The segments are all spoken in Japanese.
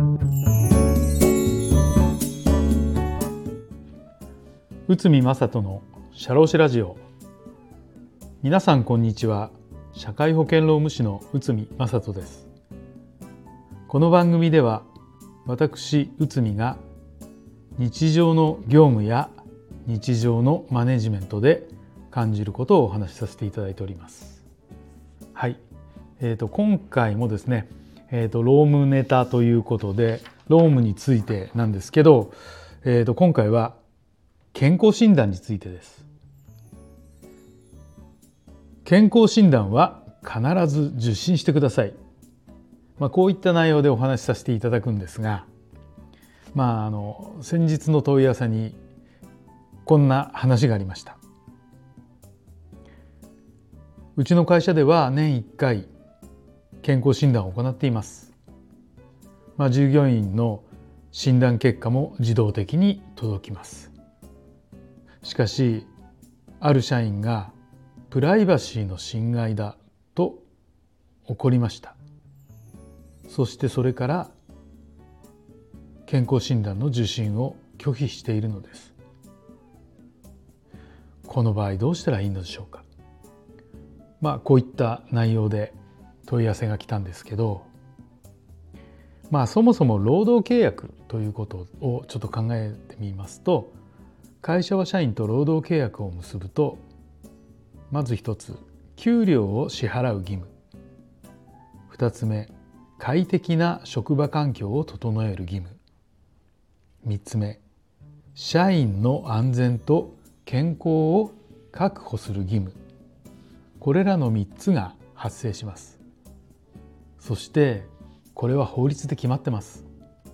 内海正人の社労士ラジオ。皆さんこんにちは。社会保険労務士の内海正人です。この番組では私内海が日常の業務や日常のマネジメントで感じることをお話しさせていただいております。はい、今回もですね、労務ネタということで労務についてなんですけど、今回は健康診断についてです。健康診断は必ず受診してください。こういった内容でお話しさせていただくんですが、先日の問い合わせにこんな話がありました。うちの会社では年1回健康診断を行っています。従業員の診断結果も自動的に届きます。しかし、ある社員がプライバシーの侵害だと怒りました。そしてそれから健康診断の受診を拒否しているのです。この場合どうしたらいいのでしょうか。こういった内容で問い合わせが来たんですけど、そもそも労働契約ということをちょっと考えてみますと、会社は社員と労働契約を結ぶと、まず一つ、給料を支払う義務。二つ目、快適な職場環境を整える義務。三つ目、社員の安全と健康を確保する義務。これらの3つが発生します。そしてこれは法律で決まってます。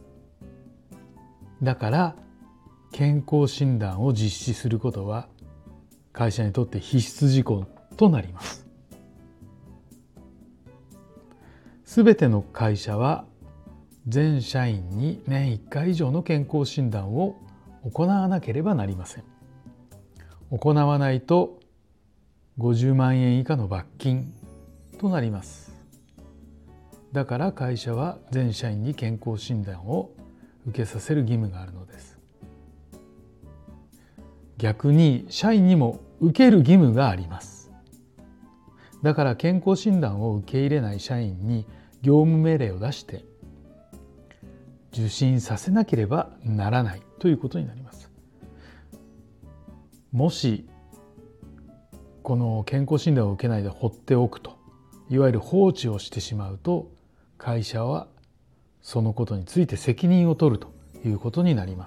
だから健康診断を実施することは会社にとって必須事項となります。すべての会社は全社員に年1回以上の健康診断を行わなければなりません。行わないと50万円以下の罰金となります。だから会社は全社員に健康診断を受けさせる義務があるのです。逆に社員にも受ける義務があります。だから健康診断を受け入れない社員に業務命令を出して受診させなければならないということになります。もしこの健康診断を受けないで放っておくと、いわゆる放置をしてしまうと、会社はそのことについて責任を取るということになります。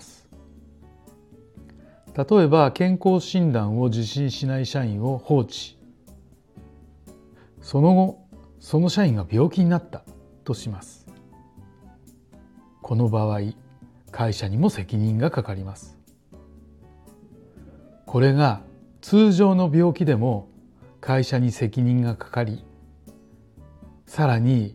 例えば健康診断を受診しない社員を放置、その後その社員が病気になったとします。この場合、会社にも責任がかかります。これが通常の病気でも会社に責任がかかり、さらに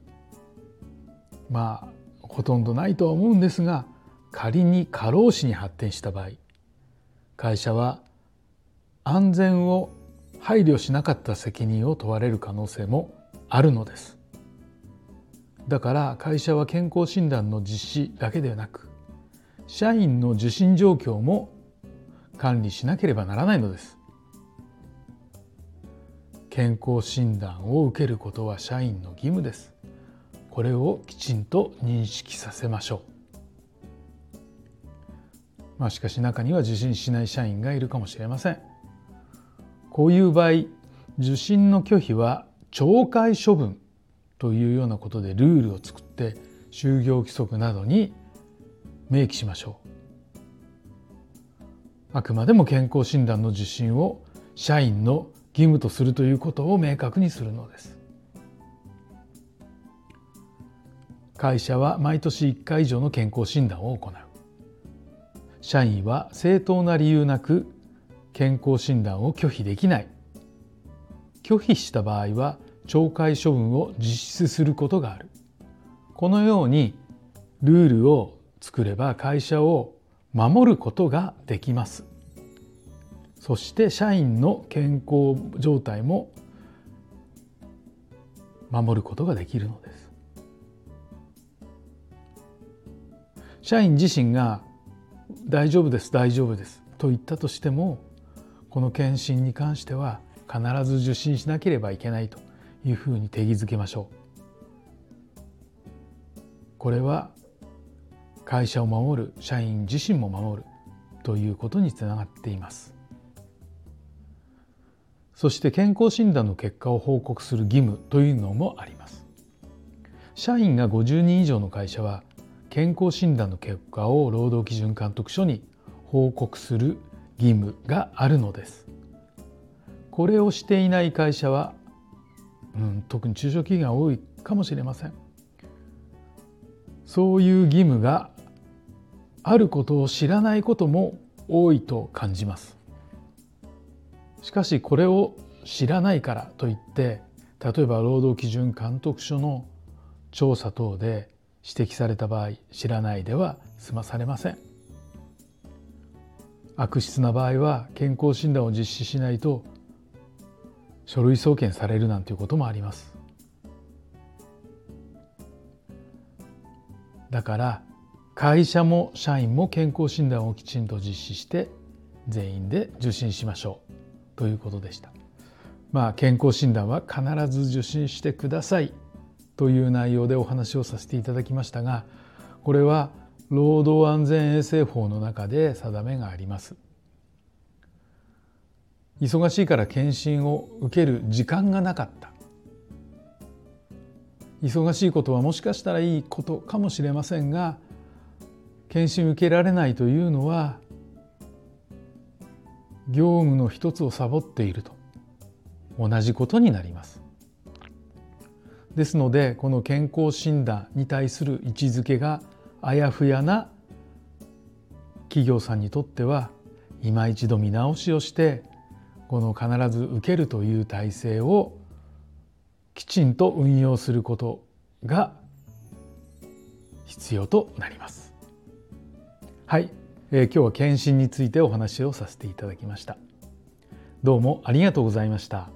ほとんどないとは思うんですが、仮に過労死に発展した場合、会社は安全を配慮しなかった責任を問われる可能性もあるのです。だから会社は健康診断の実施だけではなく、社員の受診状況も管理しなければならないのです。健康診断を受けることは社員の義務です。これをきちんと認識させましょう。しかし中には受診しない社員がいるかもしれません。こういう場合、受診の拒否は懲戒処分というようなことでルールを作って就業規則などに明記しましょう。あくまでも健康診断の受診を社員の義務とするということを明確にするのです。会社は毎年1回以上の健康診断を行う。社員は正当な理由なく健康診断を拒否できない。拒否した場合は懲戒処分を実施することがある。このようにルールを作れば会社を守ることができます。そして社員の健康状態も守ることができるのです。 社員自身が大丈夫です大丈夫ですと言ったとしても、この検診に関しては必ず受診しなければいけないというふうに定義づけましょう。これは会社を守る、社員自身も守るということにつながっています。そして健康診断の結果を報告する義務というのもあります。社員が50人以上の会社は健康診断の結果を労働基準監督署に報告する義務があるのです。これをしていない会社は、特に中小企業が多いかもしれません。そういう義務があることを知らないことも多いと感じます。しかしこれを知らないからといって、例えば労働基準監督署の調査等で指摘された場合、知らないでは済まされません。悪質な場合は健康診断を実施しないと書類送検されるなんていうこともあります。だから会社も社員も健康診断をきちんと実施して全員で受診しましょうということでした。健康診断は必ず受診してくださいという内容でお話をさせていただきましたが、これは労働安全衛生法の中で定めがあります。忙しいから検診を受ける時間がなかった。忙しいことはもしかしたらいいことかもしれませんが、検診受けられないというのは業務の一つをサボっていると同じことになります。ですので、この健康診断に対する位置づけがあやふやな企業さんにとっては、今一度見直しをして、この必ず受けるという体制をきちんと運用することが必要となります。はい、今日は検診についてお話をさせていただきました。どうもありがとうございました。